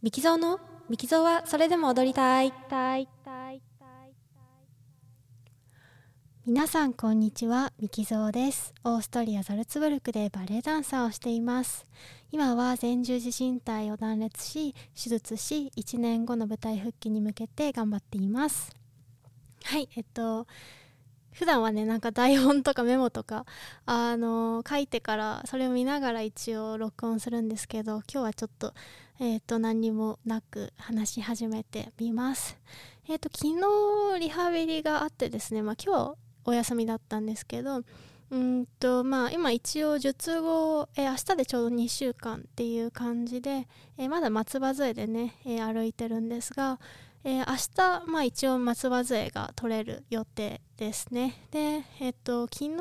ミキゾーのミキゾーはそれでも踊りたい。皆さんこんにちは、ミキゾーです。オーストリアザルツブルクでバレエダンサーをしています。今は前十字靭帯を断裂し手術し、1年後の舞台復帰に向けて頑張っています。はい、普段はね、なんか台本とかメモとか書いてからそれを見ながら一応録音するんですけど、今日はちょっと何にもなく話し始めてみます。昨日リハビリがあってですね、今日お休みだったんですけど、今一応術後、明日でちょうど2週間っていう感じで、まだ松葉杖でね、歩いてるんですが、明日、一応松葉杖が取れる予定ですね。で、昨日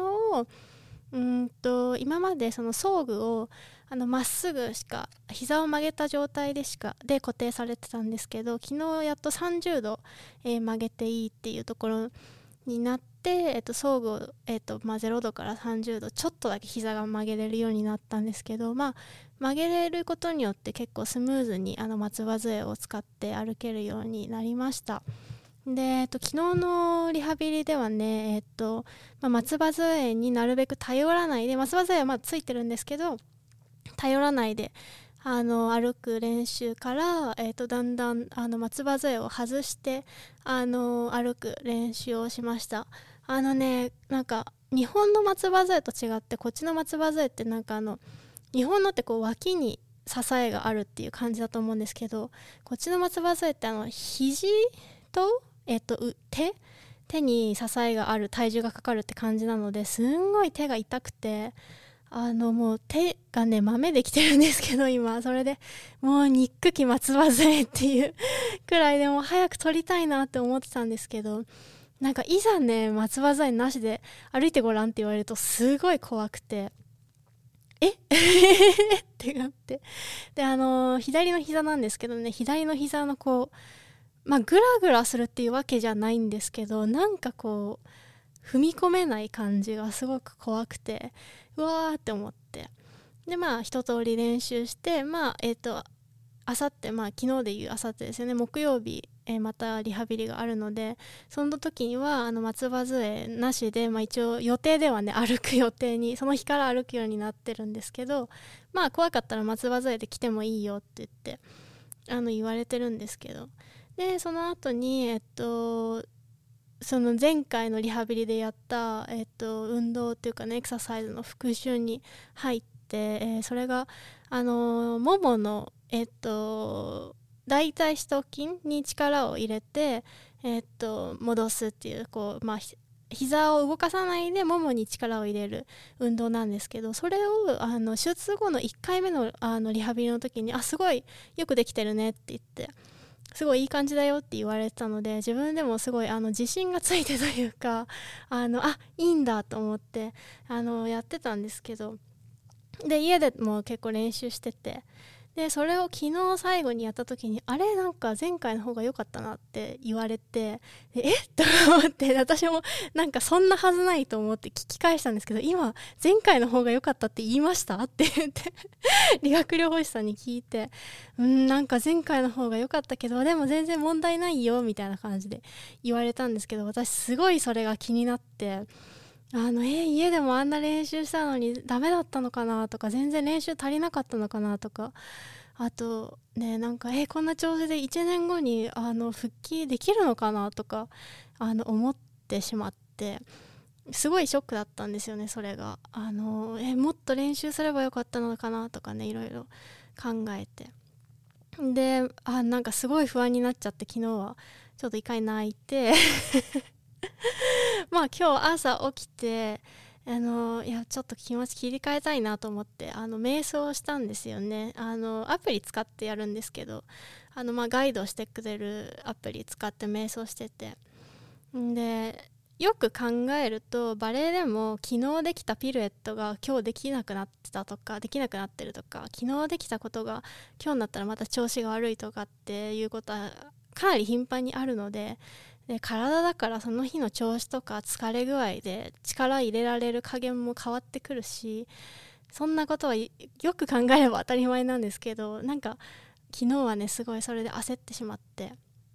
今までその装具をまっすぐしか膝を曲げた状態で固定されてたんですけど、昨日やっと30度、曲げていいっていうところになって、装具を、0度から30度ちょっとだけ膝が曲げれるようになったんですけど、曲げれることによって結構スムーズに松葉杖を使って歩けるようになりました。で、昨日のリハビリではね、松葉杖になるべく頼らないで、松葉杖はついてるんですけど頼らないで歩く練習から、だんだん松葉杖を外して歩く練習をしました。なんか日本の松葉杖と違って、こっちの松葉杖ってなんか日本のってこう脇に支えがあるっていう感じだと思うんですけど、こっちの松葉杖って肘と、手に支えがある、体重がかかるって感じなので、すんごい手が痛くて、もう手がね豆できてるんですけど、今それでもう憎き松葉杖っていうくらいで、もう早く取りたいなって思ってたんですけど、なんかいざね松葉杖なしで歩いてごらんって言われるとすごい怖くて、ってなって、で左の膝なんですけどね、左の膝のこうグラグラするっていうわけじゃないんですけど、なんかこう踏み込めない感じがすごく怖くて、うわーって思って、で一通り練習して、あさって、昨日でいうあさってですよね、木曜日、またリハビリがあるので、その時には松葉杖なしで、一応予定ではね歩く予定に、その日から歩くようになってるんですけど、怖かったら松葉杖で来てもいいよって言って言われてるんですけど、でその後にその前回のリハビリでやった、運動っていうかね、エクササイズの復習に入って、それがももの大腿四頭筋に力を入れて、戻すっていう、膝を動かさないでももに力を入れる運動なんですけど、それを手術後の1回目のリハビリの時に、すごいよくできてるねって言って、すごいいい感じだよって言われてたので、自分でもすごい自信がついてというか、いいんだと思ってやってたんですけど、で家でも結構練習してて、でそれを昨日最後にやった時に、なんか前回の方が良かったなって言われて、と思って、私もなんかそんなはずないと思って聞き返したんですけど、今前回の方が良かったって言いましたって言って理学療法士さんに聞いて、なんか前回の方が良かったけど、でも全然問題ないよみたいな感じで言われたんですけど、私すごいそれが気になって、家でもあんな練習したのにダメだったのかなとか、全然練習足りなかったのかなとか、あとね、なんかこんな調子で1年後に復帰できるのかなとか思ってしまって、すごいショックだったんですよね、それが。もっと練習すればよかったのかなとかね、いろいろ考えて、でなんかすごい不安になっちゃって、昨日はちょっと一回泣いて今日朝起きていやちょっと気持ち切り替えたいなと思って瞑想したんですよね。アプリ使ってやるんですけど、ガイドしてくれるアプリ使って瞑想してて、でよく考えると、バレエでも昨日できたピルエットが今日できなくなってたとか、できなくなってるとか、昨日できたことが今日になったらまた調子が悪いとかっていうことはかなり頻繁にあるので、体だからその日の調子とか疲れ具合で力入れられる加減も変わってくるし、そんなことはよく考えれば当たり前なんですけど、なんか昨日はねすごいそれで焦ってしまって、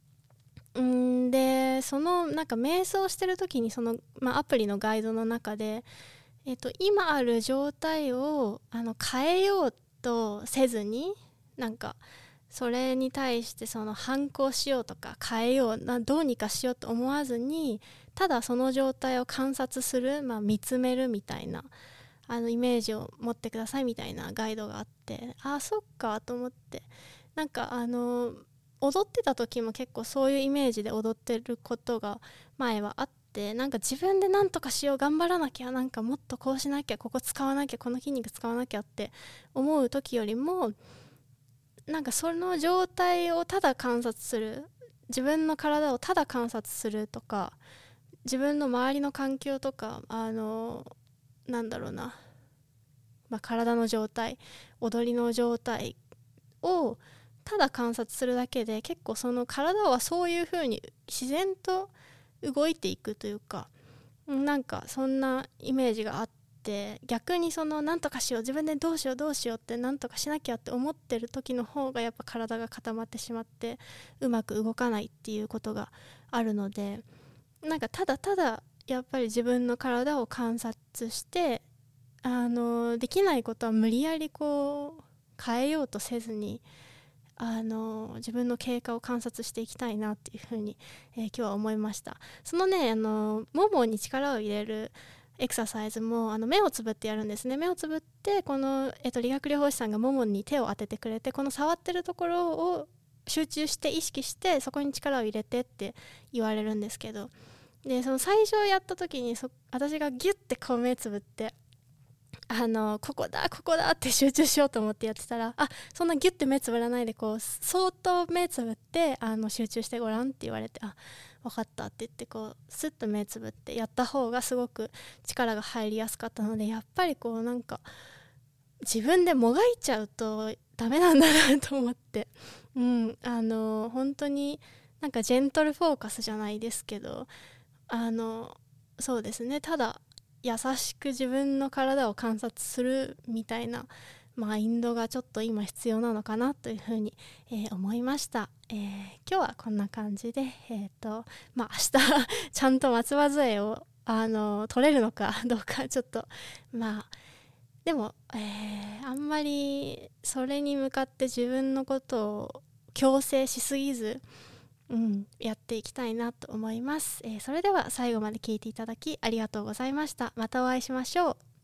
でそのなんか瞑想してる時にその、アプリのガイドの中で、今ある状態を変えようとせずに、なんかそれに対してその反抗しようとか変えようどうにかしようと思わずに、ただその状態を観察する、見つめるみたいなイメージを持ってくださいみたいなガイドがあって、そっかと思って、なんか踊ってた時も結構そういうイメージで踊ってることが前はあって、なんか自分で何とかしよう、頑張らなきゃ、なんかもっとこうしなきゃ、ここ使わなきゃ、この筋肉使わなきゃって思う時よりも、なんかその状態をただ観察する、自分の体をただ観察するとか、自分の周りの環境とかなんだろうな、体の状態、踊りの状態をただ観察するだけで、結構その体はそういう風に自然と動いていくというか、なんかそんなイメージがあって、逆にそのなんとかしよう、自分でどうしようってなんとかしなきゃって思ってる時の方がやっぱ体が固まってしまってうまく動かないっていうことがあるので、なんかただただやっぱり自分の体を観察して、できないことは無理やりこう変えようとせずに、自分の経過を観察していきたいなっていうふうに、今日は思いました。そのねももに力を入れるエクササイズも目をつぶってやるんですね。目をつぶってこの、理学療法士さんがももに手を当ててくれて、この触ってるところを集中して意識してそこに力を入れてって言われるんですけど、でその最初やった時に私がギュッてこう目つぶってここだって集中しようと思ってやってたら、そんなギュッて目つぶらないでこう相当目つぶって集中してごらんって言われて、分かったって言ってこうスッと目つぶってやった方がすごく力が入りやすかったので、やっぱりこうなんか自分でもがいちゃうとダメなんだなと思って、本当になんかジェントルフォーカスじゃないですけど、そうですね、ただ優しく自分の体を観察するみたいなマインドがちょっと今必要なのかなというふうに、思いました。今日はこんな感じで、明日ちゃんと松葉杖を取れるのかどうかちょっとでも、あんまりそれに向かって自分のことを強制しすぎず、やっていきたいなと思います。それでは最後まで聞いていただきありがとうございました。またお会いしましょう。